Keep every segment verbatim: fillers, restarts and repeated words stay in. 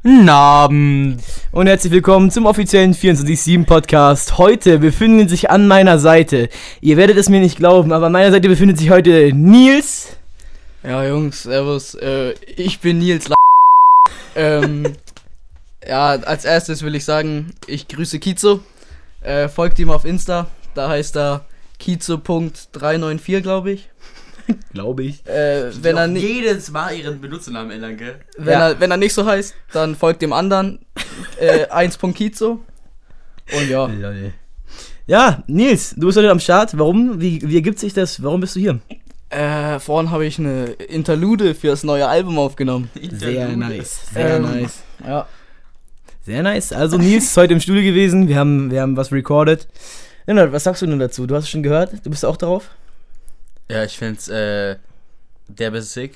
Guten Abend und herzlich willkommen zum offiziellen vierundzwanzig sieben Podcast. Heute befinden sich an meiner Seite, ihr werdet es mir nicht glauben, aber an meiner Seite befindet sich heute Nils. Ja, Jungs, servus, äh, ich bin Nils. ähm, ja, als erstes will ich sagen, ich grüße Kizo. Äh, folgt ihm auf Insta, da heißt er kizo Punkt drei neun vier, glaube ich. Glaube ich. Äh, wenn er ni- jedes Mal ihren Benutzernamen ändern, gell? Wenn, Ja. er, wenn er nicht so heißt, dann folgt dem anderen äh, eins Punkt kizo. Und ja, Lol. Ja, Nils, du bist heute am Start. Warum? Wie, wie ergibt sich das? Warum bist du hier? äh, vorhin habe ich eine Interlude für das neue Album aufgenommen. Sehr nice. Sehr Ähm, nice. Ja, Sehr nice. Also Nils ist heute im Studio gewesen. Wir haben, wir haben was recorded. Lennart, was sagst du denn dazu? Du hast es schon gehört? Du bist auch drauf? Ja, ich find's, äh, derbe sick.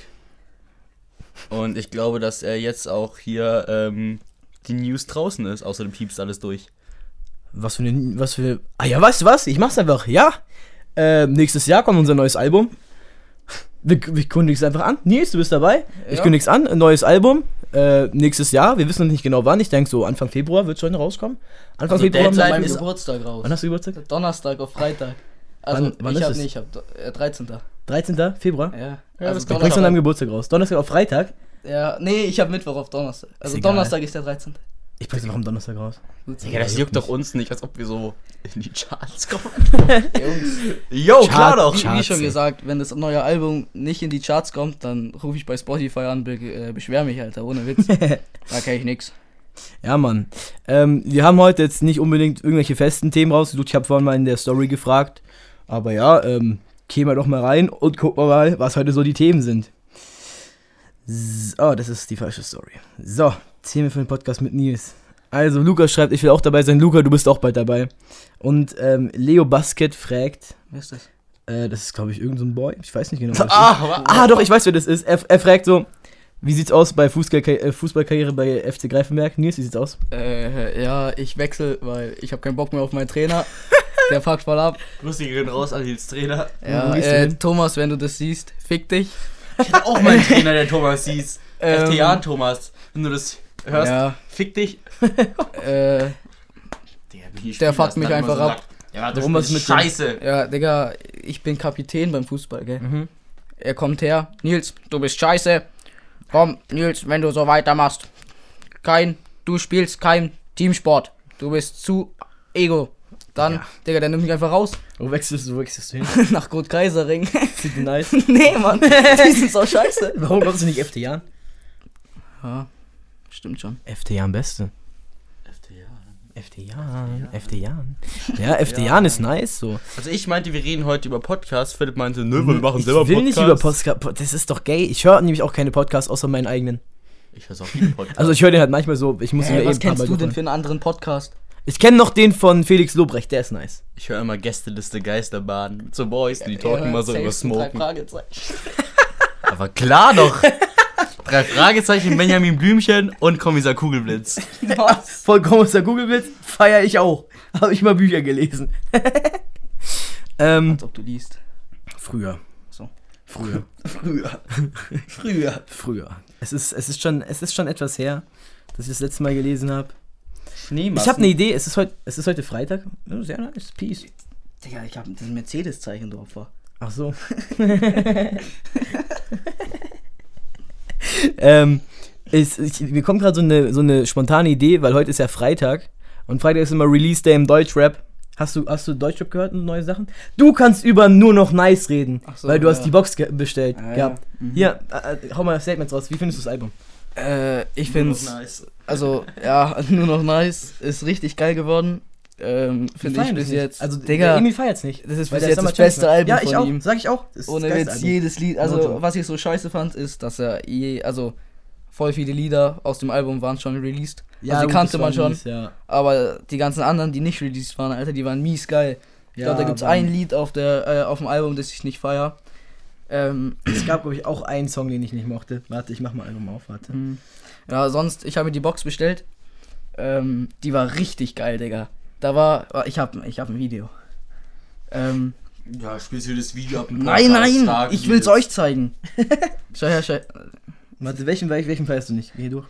Und ich glaube, dass er jetzt auch hier, ähm, die News draußen ist. Außerdem piepst alles durch. Was für eine, was für eine, ah ja, weißt du was? Ich mach's einfach, ja. Äh, nächstes Jahr kommt unser neues Album. Wir, wir kündigen es einfach an. Nils, du bist dabei. Ich Ja. kündige es an, ein neues Album. Äh, nächstes Jahr. Wir wissen noch nicht genau wann. Ich denke so Anfang Februar wird schon rauskommen. Anfang Also Februar. Deadline an meinem ist- Geburtstag raus. Wann hast du Geburtstag? Donnerstag auf Freitag. Also Wann- wann ich ist hab es? nicht, ich hab do- äh, dreizehnten dreizehnten Februar? Ja. Ja, Also das bringst du an deinem Donnerstag. Geburtstag raus. Donnerstag auf Freitag? Ja, nee, ich hab Mittwoch auf Donnerstag. Also egal. Donnerstag ist der dreizehnte. Ich bring's einfach am Donnerstag raus. Gut. Digga, das juckt doch uns nicht, als ob wir so in die Charts kommen. Jungs, Jo, klar Chart- doch. wie, wie Charts, schon ey. gesagt, wenn das neue Album nicht in die Charts kommt, dann rufe ich bei Spotify an, be äh, beschwer mich, Alter, ohne Witz. Da kann ich nix. Ja, Mann. Ähm, wir haben heute jetzt nicht unbedingt irgendwelche festen Themen rausgesucht. Ich habe vorhin mal in der Story gefragt. Aber ja, ähm, gehen wir doch mal rein und gucken wir mal, was heute so die Themen sind. So, das ist die falsche Story. So, Themen für den Podcast mit Nils. Also, Lukas schreibt, ich will auch dabei sein. Luca, du bist auch bald dabei. Und ähm, Leo Basket fragt, Wer ist das? äh, das ist, glaube ich, irgendein so ein Boy. Ich weiß nicht genau. wer das ist. Ah, Ah, doch, ich weiß, wer das ist. Er, er fragt so, wie sieht's aus bei Fußball äh, Fußballkarriere bei F C Greifenberg? Nils, wie sieht's aus? Äh, ja, ich wechsle, weil ich habe keinen Bock mehr auf meinen Trainer. Der fuckt voll ab. Grüße gehen raus an Nils Trainer. Ja, Wo gehst du äh, hin? Thomas, wenn du das siehst, fick dich. Ich hatte auch meinen Trainer, der Thomas hieß. Ähm, F T Jan Thomas. Wenn du das hörst, Ja, fick dich. äh, Digga, bin ich Der spielen fuckt lassen, mich dann einfach immer so ab. sagt, Ja, warte, Warum du was spielst mit dem- Scheiße. ja, Digga, ich bin Kapitän beim Fußball, gell? Mhm. Er kommt her, Nils, du bist scheiße. Komm, Nils, wenn du so weitermachst. Kein, du spielst kein Teamsport. Du bist zu ego. Dann, Ja. Digga, der nimmt mich einfach raus. Wo wechselst du, wo wechselst du hin? Nach Gut Kaiserring. Sieht nice. Nee, Mann, die sind so scheiße. Warum glaubst du nicht F T Jan? Ja, stimmt schon. F T Jan Beste. F T Jan. F T Jan, F T Jan. Ja, F T Jan ist nice so. Also ich meinte, wir reden heute über Podcasts. Philipp meinte, nö, wir machen Ich selber will Podcasts. nicht über Podcast, das ist doch gay. Ich höre nämlich auch keine Podcasts außer meinen eigenen. Ich höre auch viele Podcasts. Also ich höre den halt manchmal so, ich muss ihn Hey, ja was eh ein paar kennst Mal du denn durchhören. für einen anderen Podcast? Ich kenne noch den von Felix Lobrecht, der ist nice. Ich höre immer Gästeliste Geisterbahn mit so Boys, die talken immer so safe über sind drei Smoken. Fragezeichen. Aber klar doch. Drei Fragezeichen, Benjamin Blümchen und Kommissar Kugelblitz. Was? Vollkommen aus der Google-Blitz, feiere ich auch. Habe ich mal Bücher gelesen. ähm, Als ob du liest. früher. So. Früher. Früher. Früher. Früher. Es ist, es ist schon, es ist schon etwas her, dass ich das letzte Mal gelesen habe. Schneemassen. Ich habe eine Idee, es ist, heut, es ist heute Freitag. Ja, sehr nice, peace. Digga, ich hab das Mercedes-Zeichen drauf war. Ach so. ähm, ist, ich, mir kommt gerade so eine, so eine spontane Idee, weil heute ist ja Freitag. Und Freitag ist immer Release Day im Deutschrap. Hast du, hast du Deutschrap gehört und neue Sachen? Du kannst über nur noch nice reden, Ach so, weil du ja. hast die Box ge- bestellt Ah, ja. gehabt. Mhm. Hier, äh, äh, hau mal Statements raus. Wie findest du das Album? Äh, ich find's, nice. also, ja, nur noch nice. Ist richtig geil geworden. Ähm, finde ich bis jetzt. Also, Digga, Emil feiert's nicht. das ist weil bis der jetzt Summer das beste Champion- Album Ja, ich von auch. ihm. Sag ich auch. Das ist ohne das Witz, geilste Album. jedes Lied. No Also, joke. was ich so scheiße fand, ist, dass er je, also, voll viele Lieder aus dem Album waren schon released. Ja, also, die gut, kannte das man war schon. mies, ja. Aber die ganzen anderen, die nicht released waren, Alter, die waren mies geil. Ich Ja, glaube, da gibt's aber- ein Lied auf, der, äh, auf dem Album, das ich nicht feier. Ähm, Es gab, glaube ich, auch einen Song, den ich nicht mochte. Warte, ich mach mal Album auf, warte. Hm. Ja, sonst, ich habe mir die Box bestellt. Ähm, die war richtig geil, Digga. Da war, ich hab, ich hab ein Video. Ähm, Ja, spielst du das Video ab dem nein, Podcast, nein, Tag, ich wie will's das- euch zeigen. Schau her, schau. Warte, welchen, welchen feierst du nicht? Geh durch.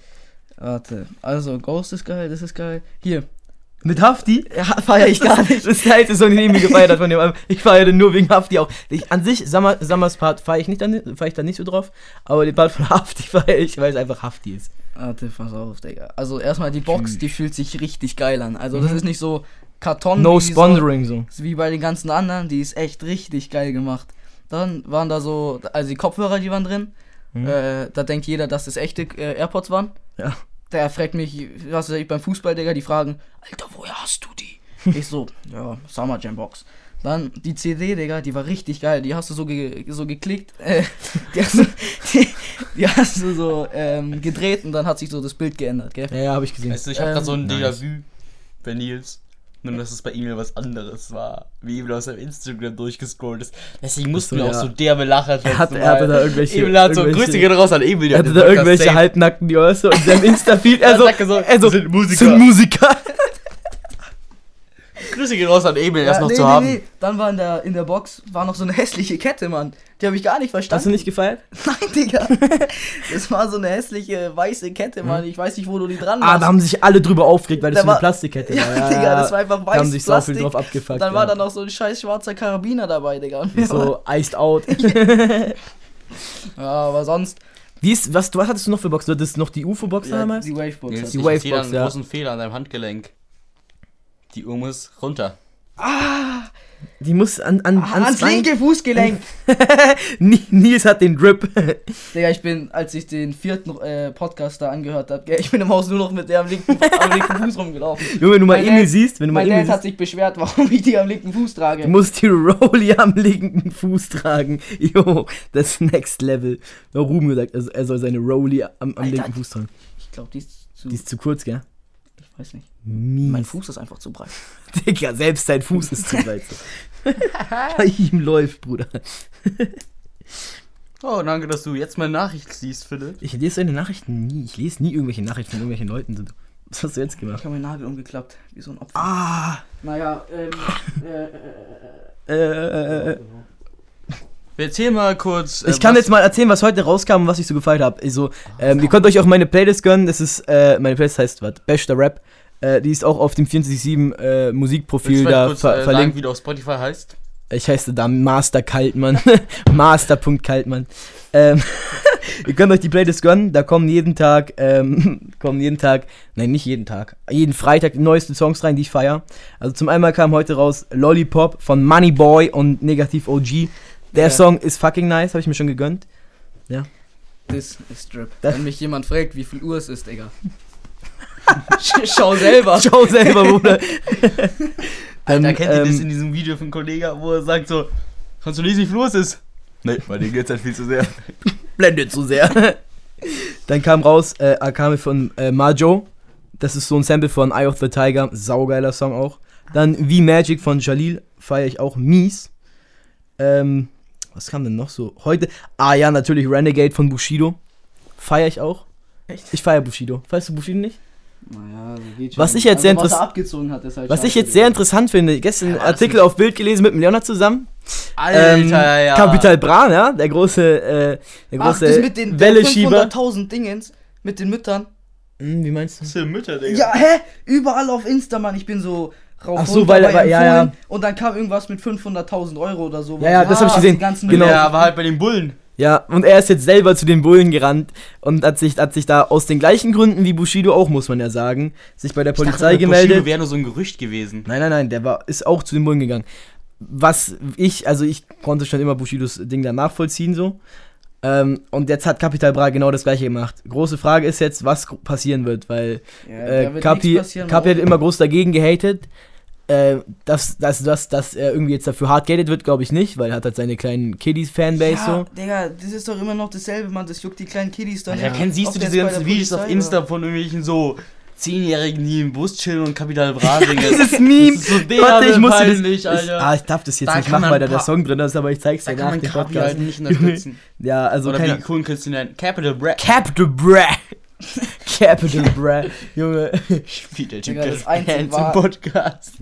Warte, also Ghost ist geil, das ist geil. Hier. Mit Hafti? Ja, feier ich gar nicht. Das ist der einzige Song, den ich mir gefeiert hat von dem Album. Ich feiere den nur wegen Hafti auch. Ich, an sich, Summer, Summers Part feiere ich, nicht dann, feier ich da nicht so drauf, aber den Part von Hafti feiere ich, weil es einfach Hafti ist. Warte, pass auf, Digga. Also erstmal die Box, die fühlt sich richtig geil an. Also Mhm. das ist nicht so Karton No wie Sponsoring so. so, wie bei den ganzen anderen, die ist echt richtig geil gemacht. Dann waren da so, also die Kopfhörer, die waren drin. Mhm. Äh, da denkt jeder, dass das echte äh, AirPods waren. Ja. Der fragt mich, was weiß ich, beim Fußball, Digga, die fragen, Alter, woher hast du die? Ich so, ja, Summer Jam Box. Dann die C D, Digga, die war richtig geil. Die hast du so, ge so geklickt, äh, die, hast du, die, die hast du so ähm, gedreht und dann hat sich so das Bild geändert, gell? Ja, ja, hab ich gesehen. Weißt du, ich hab Ähm, grad so ein nice. Déjà-vu bei Nils. Nur, dass es bei ihm was anderes war. Wie Emil aus seinem Instagram durchgescrollt ist. Deswegen mussten Ach so, wir auch ja. so derbe Lacher Er hatte, er hatte da irgendwelche. Emil hat so, irgendwelche- Grüße gehen raus an Emil. Er hatte da irgendwelche halbnackten Jörse und seinem Insta-Feed. Er so, sagt er so, er so, sind Musiker. Sind Musiker. Grüße gehen raus an Emil, erst Ja, noch nee, zu nee, haben. nee. Dann war in der, in der Box war noch so eine hässliche Kette, Mann. Die habe ich gar nicht Hast du verstanden. nicht gefeiert? Nein, Digga. Das war so eine hässliche weiße Kette, Mann. Ich weiß nicht, wo du die dran Ah, machst. da haben sich alle drüber aufgeregt, weil das Da so eine war- Plastikkette Ja, war. Digga, das war einfach Da haben weiß sich so viel Plastik. drauf abgefuckt. Dann war ja. da noch so ein scheiß schwarzer Karabiner dabei, Digga. Und wir waren- so iced out. ja, aber sonst. Wie ist, was, was hattest du noch für Box? Du hattest noch die U F O-Box Ja, damals? die Wavebox. Nils, hat- Die ich Wavebox, sehe da einen ja. großen Fehler an deinem Handgelenk. Die Uhr muss runter. Ah, Die muss an, an, ans, ans linke Fußgelenk. Ni- Nils hat den Drip. Digga, ich bin, als ich den vierten äh, Podcast da angehört habe, ich bin im Haus nur noch mit der am linken, am linken Fuß rumgelaufen. Junge, wenn du mal Mein Emil Dad- siehst, wenn du mal Mein Emil Dad hat siehst, sich beschwert, warum ich die am linken Fuß trage. du musst die Rolli am linken Fuß tragen. Jo, das ist Next Level. Der Ruben gesagt, also er soll seine Rolli am, am Alter, linken Fuß tragen. Ich glaube, die ist zu. Die ist zu kurz, gell? ich weiß nicht. Mies. Mein Fuß ist einfach zu breit. Digga, selbst dein Fuß ist zu weit. Bei ihm läuft, Bruder. Oh, danke, dass du jetzt meine Nachricht liest, Philipp. Ich lese deine Nachrichten nie. Ich lese nie irgendwelche Nachrichten von irgendwelchen Leuten. Was hast du jetzt Ich gemacht? habe meinen Nagel umgeklappt, wie so ein Opfer. Ah! Naja, ähm, äh, äh, äh, Äh, Wir erzählen mal kurz. äh, ich kann was- jetzt mal erzählen, was heute rauskam und was ich so gefeiert habe. Also, ähm, ihr könnt euch auch meine Playlist gönnen. Das ist, äh, meine Playlist heißt, was? Bester Rap. Äh, die ist auch auf dem vierundzwanzig sieben äh, Willst Musikprofil du da kurz, ver äh, sagen, verlinkt. wie du auf Spotify heißt? Ich heiße da Master Kaltmann. Master.Kaltmann. Ähm, ihr könnt euch die Playlist gönnen. Da kommen jeden Tag, ähm, kommen jeden Tag, nein, nicht jeden Tag, jeden Freitag die neuesten Songs rein, die ich feiere. Also zum einen kam heute raus Lollipop von Moneyboy und Negativ O G. Der Ja. Song ist fucking nice, habe ich mir schon gegönnt. das ist Drip. Das- Wenn mich jemand fragt, wie viel Uhr es ist, Digga. Sch- Schau selber. Schau selber, Bruder. Dann Dann, kennt ihr das ähm, in diesem Video von Kollegen, wo er sagt so, kannst du lesen, wie viel los ist? Nee, weil dir geht's halt viel zu sehr. blendet zu sehr. Dann kam raus äh, Akame von äh, Majo. Das ist so ein Sample von Eye of the Tiger. Saugeiler Song auch. Dann Wie Magic von Jalil. Feiere ich auch mies. Ähm, was kam denn noch so? Heute. Ah ja, natürlich Renegade von Bushido. Feiere ich auch. Echt? Ich feiere Bushido. Feierst du Bushido nicht? Naja, so geht Was schon. ich jetzt sehr Also, was er interess- abgezogen hat, ist halt Was ich scheiße jetzt sehr gewesen. interessant finde, gestern Ja, einen war das Artikel nicht- auf Bild gelesen mit dem Leonard zusammen. Alter, Ähm, ja. Capital Bra, ja, der große, äh, der Ach, große das mit den Welle-Schieber. fünfhunderttausend Dingens, mit den Müttern. Hm, wie meinst du? Das sind Mütter, Digga. Ja, hä? Überall auf Insta, Mann. Ich bin so rauf Ach so, runter weil- bei weil- ja, empfohlen ja. und dann kam irgendwas mit fünfhunderttausend Euro oder so. Ja, ja, das hab ich die gesehen. ganzen Genau. Mütter- Ja, war halt bei den Bullen. Ja, und er ist jetzt selber zu den Bullen gerannt und hat sich, hat sich da aus den gleichen Gründen wie Bushido auch, muss man ja sagen, sich bei der Polizei gemeldet. Bushido wäre nur so ein Gerücht gewesen. Nein, nein, nein, der war, ist auch zu den Bullen gegangen. Was ich, also ich konnte schon immer Bushidos Ding da nachvollziehen so. Ähm, und jetzt hat Capital Bra genau das gleiche gemacht. Große Frage ist jetzt, was gro- passieren wird, weil Ja, äh, da wird Capi, nichts passieren, Capi hat warum? immer groß dagegen gehatet. Äh, dass, dass, dass, dass er irgendwie jetzt dafür hart gated wird, glaube ich nicht, weil er hat halt seine kleinen Kiddies-Fanbase Ja, so. Digga, das ist doch immer noch dasselbe, Mann. Das juckt die kleinen Kiddies dann. Ja, kennst, siehst Ob du der diese jetzt bei ganzen der Videos auf Polizei Insta oder- von irgendwelchen so Zehnjährigen, die im Bus chillen und Capital Bra singen? Dieses Meme. Das ist so Warte, ich musste das, peinlich, ich, Alter. ah, ich darf das jetzt Da nicht kann machen, man weil da der Pa- Song drin ist, aber ich zeig's dir Da kann nach man dem Capi Podcast. halt nicht unterstützen. Ja, also Oder keine wie coolen kannst du ihn nennen? Capital Bra. Capital Bra. Capital Bra. Junge. Spielt der Typ Digga, keine das einzige Fans war- im Podcast.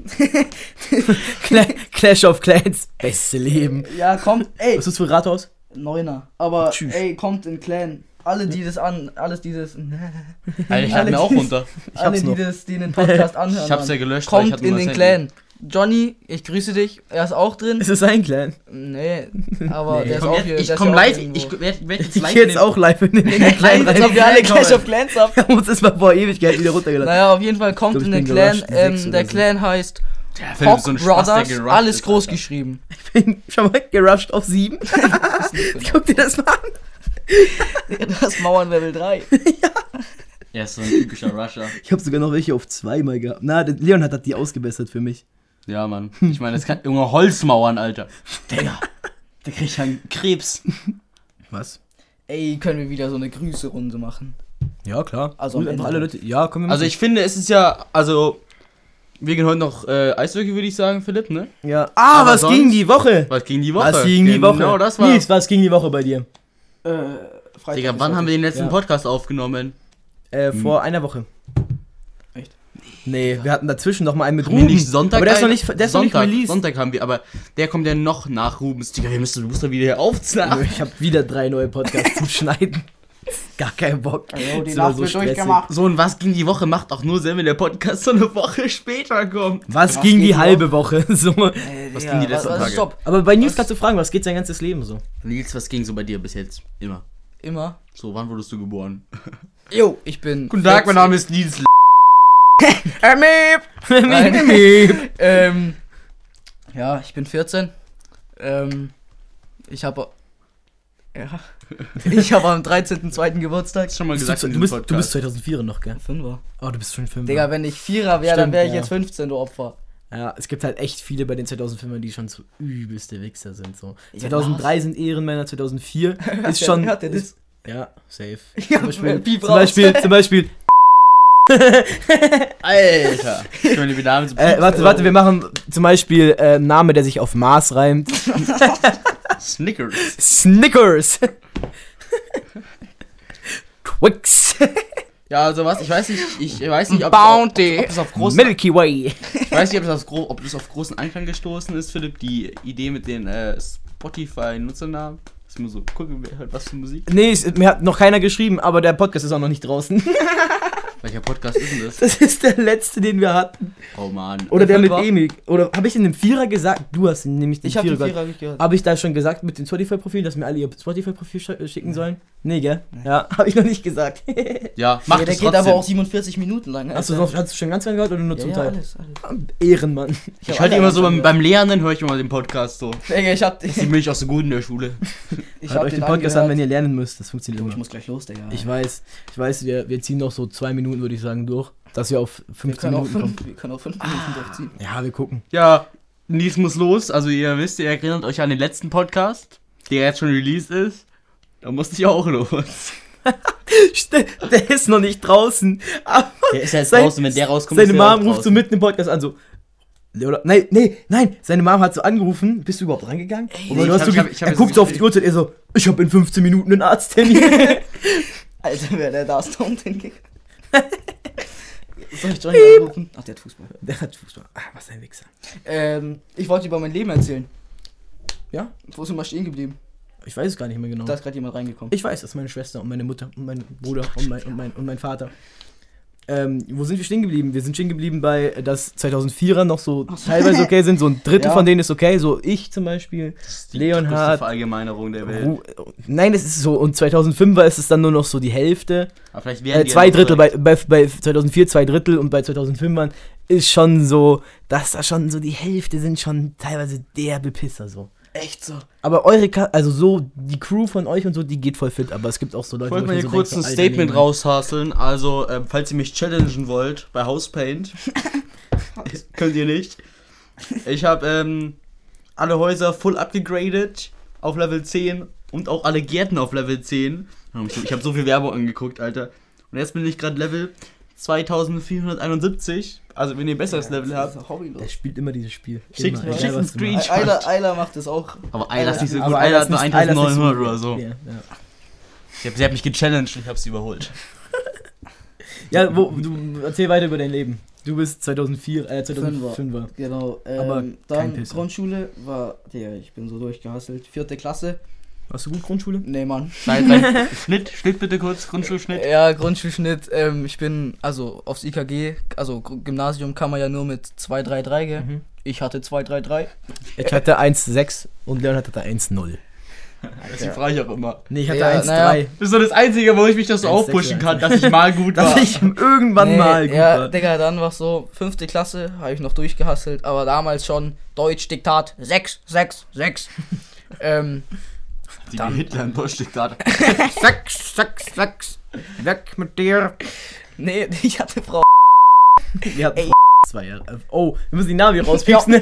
Cla Clash of Clans. Beste Leben. Ja, kommt, ey, Was ist das für ein Rathaus? Neuner. Aber, Tschüss. ey, kommt in Clan. alle, die das an, alles dieses, Alter, ich Alle lade mir auch dies- runter. Ich alle, hab's die noch. das, die den Podcast anhören, Ich hab's ja Mann, gelöscht, weil ich kommt hatte in nur den das Clan. Johnny, ich grüße dich, er ist auch drin. Ist es ein Clan? Nee, aber Nee. der ist Ich komm, auch jetzt, hier. ich der ist komm ja auch live, irgendwo. ich werd, werd jetzt Ich live geh in jetzt den- auch live in den Nein, Clan jetzt rein. haben wir alle Clan Clash kommen. of Clans ab. Wir haben uns das mal vor Ewigkeit wieder runtergeladen. Naja, auf jeden Fall kommt Ich glaub, in ich den bin Clan. gerusht, Ähm, sechs der oder so. Clan heißt Der Film Hawk ist so ein Spaß, der Brothers, gerusht alles ist, groß Alter. geschrieben. Ich bin schon mal gerusht auf sieben. Guck dir das mal an. Das ist Mauern Level drei. Er ist so ein typischer Rusher. Ich habe sogar noch welche auf zweimal gehabt. Na, der Leon hat, hat die ausgebessert für mich. Ja, Mann. Ich meine, das kann Junge Holzmauern, Alter. Digga, der kriegt ja einen Krebs. Was? Ey, können wir wieder so eine Grüße-Runde machen? Ja, klar. Also Und am einfach Ende. alle Leute. Ja, kommen wir Also ich finde, es ist ja, also, wir gehen heute noch äh, Eishockey, würde ich sagen, Philipp, ne? Ja. Ah, Aber was sonst- ging die Woche? Was ging die Woche? Was ging die Woche? Genau, das war... Nils, was ging die Woche bei dir? Äh, Freitag. Digga, wann haben wir den letzten Ja. Podcast aufgenommen? Äh, vor einer Woche. Echt? Nee, wir hatten dazwischen noch mal einen mit Haben wir Ruben. nicht Sonntag? Aber der ist noch ein- nicht, der ist noch nicht Sonntag, released. Sonntag haben wir, aber der kommt ja noch nach Rubens. Digga, wir müssen, du musst doch wieder hier aufzeichnen. Ich habe wieder drei neue Podcasts zum Schneiden. Gar keinen Bock. Also, die Das war Nacht wird stressig. durchgemacht. So, und was ging die Woche macht auch nur Sinn, wenn der Podcast so eine Woche später kommt. Was, Was ging geht die die halbe Woche? So. Ey, Was Digga, ging die letzten was- Tage? Stopp. Aber bei Nils Was? kannst du fragen, was geht sein ganzes Leben so? Nils, was ging so bei dir bis jetzt? Immer. Immer. So, wann wurdest du geboren? Jo, ich bin. Guten Tag, mein Name ist Nils. Nein. ähm, ja, ich bin vierzehn. Ähm, ich habe. Ja. Ich habe am dreizehnten zweiten Geburtstag. Schon mal Bist gesagt du, in du, diesem bist, du Podcast. bist zweitausendvier noch, gell? Fünfer. Oh, du bist schon fünf. Digga, wenn ich Vierer wäre, dann Stimmt, wäre ich ja. jetzt fünfzehn, du Opfer. Ja, es gibt halt echt viele bei den zweitausendfünfern, die schon so übelste Wichser sind. So. Ja, zweitausenddrei sind Ehrenmänner, zweitausendvier ist der- schon. hat der ist, ja, safe. Ja, zum Beispiel, Piep zum raus. Beispiel, zum Beispiel Alter. Ich meine, die Namen sind äh, warte, warte, wir machen zum Beispiel äh, einen Name, der sich auf Mars reimt. Snickers. Snickers. Twix. Ja, also was, ich weiß nicht, ich weiß nicht, ob, Bounty. ob, ob, es auf großen, Milky Way. ich weiß nicht, ob es auf, gro ob es auf großen Anklang gestoßen ist, Philipp, die Idee mit den äh, Spotify-Nutzernamen. Dass wir so gucken, wer hört was für Musik. Nee, es, mir hat noch keiner geschrieben, aber der Podcast ist auch noch nicht draußen. Welcher Podcast ist denn das? Das ist der letzte, den wir hatten. Oh Mann. Oder der, Der mit Fünfer? Emil. Oder habe ich in dem Vierer gesagt? Du hast nämlich den Ich habe die Vierer Vierer nicht gehört. Habe ich da schon gesagt mit dem Spotify-Profil, dass mir alle ihr Spotify-Profil sch schicken sollen? Nee, gell? Ja, habe ich noch nicht gesagt. Ja, mach Ja, der das geht trotzdem. aber auch siebenundvierzig Minuten lang. Hast du, Alter. noch, hast du schon ganz lang gehört oder nur ja, zum ja, Teil? alles, alles. Ehrenmann. Ich hab höre alle immer so beim, angehört. beim Lernen, höre ich immer den Podcast so. Digga, ich hab, Deswegen bin ich auch so gut in der Schule. ich Hört hab euch den den Podcast an, angehört. wenn ihr lernen müsst. Das funktioniert Du, ich immer. muss gleich los, Digga. Ich weiß, ich weiß, wir, wir ziehen noch so zwei Minuten, würde ich sagen, durch. Dass wir auf wir fünfzehn können, auch Minuten fünf, kommen. wir können auch fünf Minuten durchziehen. Ja, wir gucken. Ja, Nils muss los. Also ihr wisst, ihr erinnert euch an den letzten Podcast, der jetzt schon released ist. Da musste ich auch los. Der ist noch nicht draußen. Aber Der ist ja jetzt Sein- draußen, wenn der rauskommt. seine ist der auch Mom ruft so draußen. mitten im Podcast an, so. Leola, nein, nee, nein, seine Mom hat so angerufen. Bist du überhaupt rangegangen? Ey, Und nee, du ich hast hab- so ich ge- hab- ich hab er jetzt guckt so auf die gesehen. Uhrzeit, er so, ich habe in fünfzehn Minuten einen Arzttermin. Alter, wer der da ist, da unten hingegangen. Soll ich Johnny anrufen? Ach, der hat Fußball. Der hat Fußball. Ah, was ein Wichser. Ähm, ich wollte über mein Leben erzählen. Ja? Wo sind wir stehen geblieben? Ich weiß es gar nicht mehr genau. Da ist gerade jemand reingekommen. Ich weiß, das ist meine Schwester und meine Mutter und mein Bruder und mein, und mein, und mein Vater. Ähm, wo sind wir stehen geblieben? Wir sind stehen geblieben bei, dass zweitausendvierer noch so teilweise okay sind. So ein Drittel Ja. von denen ist okay. So ich zum Beispiel. Die Leonhard. größte Verallgemeinerung der Welt. Ru Nein, das ist so. Und zweitausendfünfer ist es dann nur noch so die Hälfte. Aber vielleicht werden Äh, die zwei ja noch Drittel. Bei, korrekt. bei, bei zweitausendvier zwei Drittel und bei zweitausendfünfern ist schon so, dass da schon so die Hälfte sind schon teilweise derbe Pisser so. Echt so. Aber eure, Ka also so, die Crew von euch und so, die geht voll fit, aber es gibt auch so Leute, Ich wollte wo mal ich hier mir so kurz denk, ein so, Alter, Statement nee, Mann. raushasseln. Also, ähm, falls ihr mich challengen wollt bei Housepaint, könnt ihr nicht. Ich habe ähm, alle Häuser full abgegradet auf Level zehn und auch alle Gärten auf Level zehn. Ich habe so viel Werbung angeguckt, Alter. Und jetzt bin ich gerade Level zweitausendvierhunderteinundsiebzig. Also, wenn ihr ein besseres Level Das habt. ist hobbylos. Der spielt immer dieses Spiel. Schick- Immer, schick egal, einen was du machst. Screenshot. Eiler, Eiler macht das auch. Aber Ayla ist nicht so gut. Aber Ayla Ayla hat nur ist nicht- Ayla ist nicht so eintausendneunhundert gut. oder so. Ja, ja. Sie hat, sie hat mich gechallenged und ich habe sie überholt. Ja, wo, du erzähl weiter über dein Leben. Du bist zweitausendvier, äh, zweitausendfünfer. Genau. Ähm, Aber kein dann Pisser. Grundschule war, der, ich bin so durchgehasselt. Vierte Klasse. Warst du gut Grundschule? Nee, Mann. Dein, dein Schnitt, Schnitt bitte kurz, Grundschulschnitt. Ja, Grundschulschnitt. Ähm, ich bin, also aufs I K G, also Gr- Gymnasium kann man ja nur mit zwei drei drei, gell? Mhm. Ich hatte zwei drei drei. Ich hatte eins Komma sechs und Leon hatte eins Komma null. Deswegen frage ich auch immer. Nee, ich hatte Ja, eins Komma drei. naja. Das ist so das Einzige, wo ich mich das so eins Komma sechs aufpushen oder kann, dass ich mal gut war. Dass ich irgendwann Nee, mal gut ja, war. Digga, dann war so, fünfte Klasse, habe ich noch durchgehasselt, aber damals schon Deutsch, Diktat, sechs, sechs, sechs. ähm, Die dann- Hitler im Deutschdiktat. Sechs, sechs, sechs. Weg mit dir. nee, ich hatte Frau. Wir hatten Ey. zwei Jahre. Oh, wir müssen die Namen hier rauspiepsen.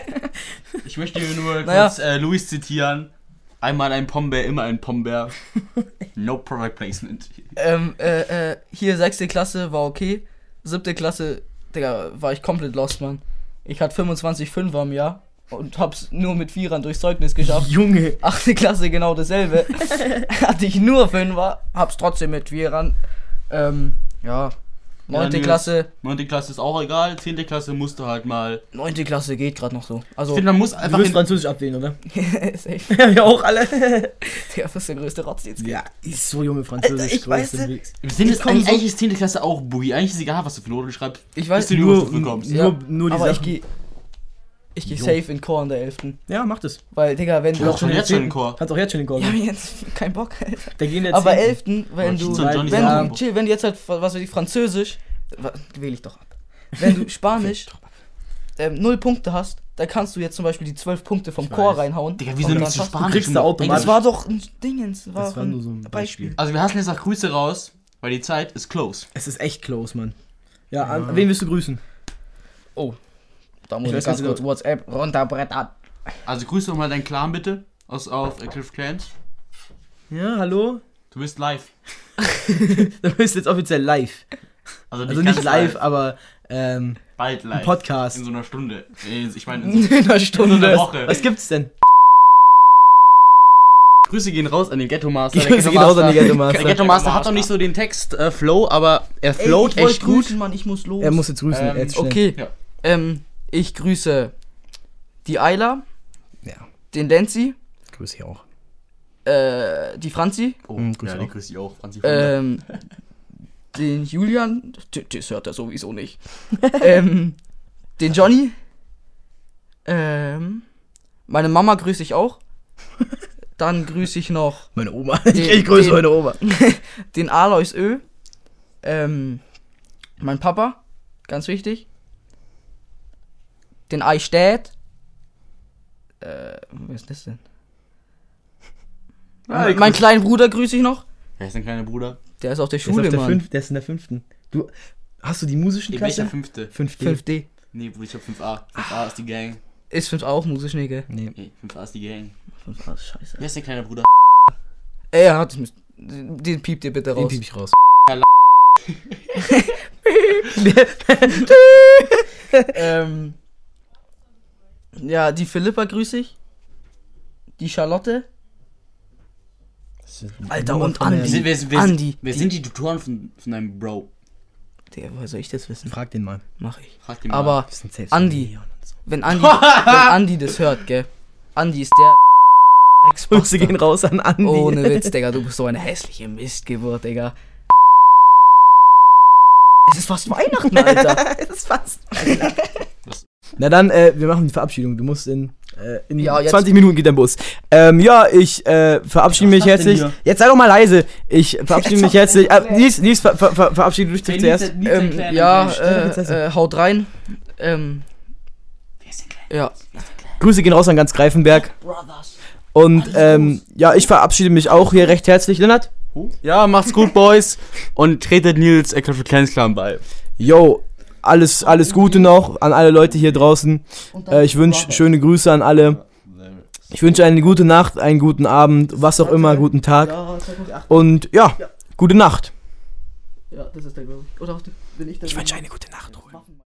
Ich möchte hier nur Naja. kurz äh, Luis zitieren. Einmal ein Pombeer, immer ein Pombeer. No product placement. ähm, äh, äh, hier sechste Klasse war okay, siebte Klasse, Digga, war ich komplett lost, Mann. Ich hatte fünfundzwanzig Fünfer im Jahr und hab's nur mit Vierern durchs Zeugnis geschafft. Junge. Achte Klasse genau dasselbe. Hatte ich nur Fünfer, hab's trotzdem mit Vierern. Ähm, ja. Neunte Nils. Klasse, Neunte Klasse ist auch egal. Zehnte Klasse musst du halt mal. neunte Klasse geht gerade noch so. Ich Also, finde, man muss Du einfach. wirst In, Französisch ablehnen, oder? safe. Ja, wir auch alle. Der ist der größte Rotz jetzt. Ja, ist so junge Französisch. Alter, ich weiß größte nicht. Wegs. wir sind Ich jetzt komm eigentlich, so- eigentlich ist zehnte Klasse auch Boogie. Eigentlich ist egal, was du für Noten schreibst. Ich weiß, bis du die nur- Oberstufe bekommst. nur- ja, nur die aber ich Sachen. geh, ich geh Jo. safe in Chor in der elften. Ja, mach das. Weil, Digga, wenn Ja, du... auch schon jetzt schon in Chor. Kannst auch jetzt schon den Chor. Ja, mir jetzt kein Bock, Alter. Der gehen jetzt Aber hin. elften, wenn Oh, du, Schizo und Johnny wenn sagen du, auch. chill, wenn du jetzt halt, was weiß ich, Französisch, wa- wähl ich doch ab. Wenn du Spanisch ähm, null Punkte hast, dann kannst du jetzt zum Beispiel die zwölf Punkte vom Ich Chor weiß. reinhauen. Digga, Und wieso dann nimmst du schaffst Spanisch? kriegst du Ey, automatisch. Das war doch ein Dingens, war, Das war ein nur so ein Beispiel. Also wir hassen jetzt noch Grüße raus, weil die Zeit ist close. Es ist echt close, Mann. Ja, Ja. An, wen willst du grüßen? Oh, da muss Ich ich, weiß ganz nicht, kurz WhatsApp runterbrettern. Also grüße doch mal deinen Clan bitte. Aus auf äh, Cliff Clans. Ja, hallo? Du bist live. Du bist jetzt offiziell live. Also, Also ganz nicht live, aber ähm, bald live. ein Podcast. In so einer Stunde. Nee, ich meine in so, In einer in so einer Stunde. Woche. Was gibt's denn? Grüße gehen raus an den Ghetto Master. Der Grüße gehen raus an die Ghetto Master. Der Ghetto Master hat noch nicht so den Text äh, Flow, aber er float Ey, ich echt wollt gut. grüßen, Mann, ich muss los. Er muss jetzt grüßen. Ähm, jetzt schnell. Okay, Ja. ähm, ich grüße die Ayla, Ja, den Lenzi, grüße ich auch. äh, die Franzi, Oh, Mhm, grüße ja, die auch. grüße ich auch. Franzi ähm, den Julian, d- das hört er sowieso nicht, ähm, den Johnny, ähm, meine Mama grüße ich auch, dann grüße ich noch Meine Oma. Den- Ich, ich grüße den- meine Oma. den Alois Ö, ähm, mein Papa, ganz wichtig, den Eichstädt, äh, wer ist das denn? Ah, ich mein grüße- kleinen Bruder grüße ich noch, Wer ist dein kleiner Bruder? der ist auf der Der ist, Schule, auf der Mann. fünf, der ist in der fünften. Du, hast du die musischen In welcher Klasse? fünfte? fünf D. fünf D. Nee, Bruder, ich hab fünf A. fünf A ist die Gang. Ist fünf auch musisch, Nigga. Nee. Nee, fünf A ist die Gang. fünf A ist scheiße. Wer ist der kleine Bruder? Ey, er hat mich. Den piept ihr bitte Den raus. piep ich raus. ähm, ja, die Philippa grüße ich. Die Charlotte. Alter, Nummer und von der- Andi. Wer, wer, wer, Andi. wer die- sind die Tutoren von, von deinem Bro? Der, woher soll ich das wissen? Frag den mal. Mach ich. Frag den mal. Aber Das sind selbst Andi. Leon und so. wenn Andi, wenn Andi das hört, gell? Andi ist der Grüße gehen raus an Andi. Ohne Witz, Digga, du bist so eine hässliche Mistgeburt, Digga. Es ist fast Weihnachten, Alter. Das ist fast. Na dann, äh, wir machen die Verabschiedung. Du musst in, äh, in Ja, jetzt- zwanzig Minuten geht der Bus. Ähm, ja, ich äh, verabschiede Was mich ist das denn herzlich. hier? Jetzt sei doch mal leise. Ich verabschiede mich herzlich. Äh, Nies, Nies, ver, ver, ver, verabschiede dich Hey, zuerst. Nils, Nils, ähm, erklär ja, deinen Stell doch jetzt äh, äh, haut rein. Ähm, Wer ist denn klein? ja. Grüße gehen raus an ganz Greifenberg. Brothers. Und ähm, ja, ich verabschiede mich auch hier recht herzlich, Lennart. Ja, macht's gut, Boys. Und tretet Nils Eckler für Clans Clan bei. Yo, alles, alles Gute noch an alle Leute hier draußen. Äh, ich wünsche schöne Grüße an alle. Ich wünsche eine gute Nacht, einen guten Abend, was auch immer, guten Tag. Ja, zweitausendacht. Und ja, gute Nacht. Ja, das ist der Glaube ich. Oder auch, bin ich der Ich wünsche eine gute Nacht, Ruhe. Waffen-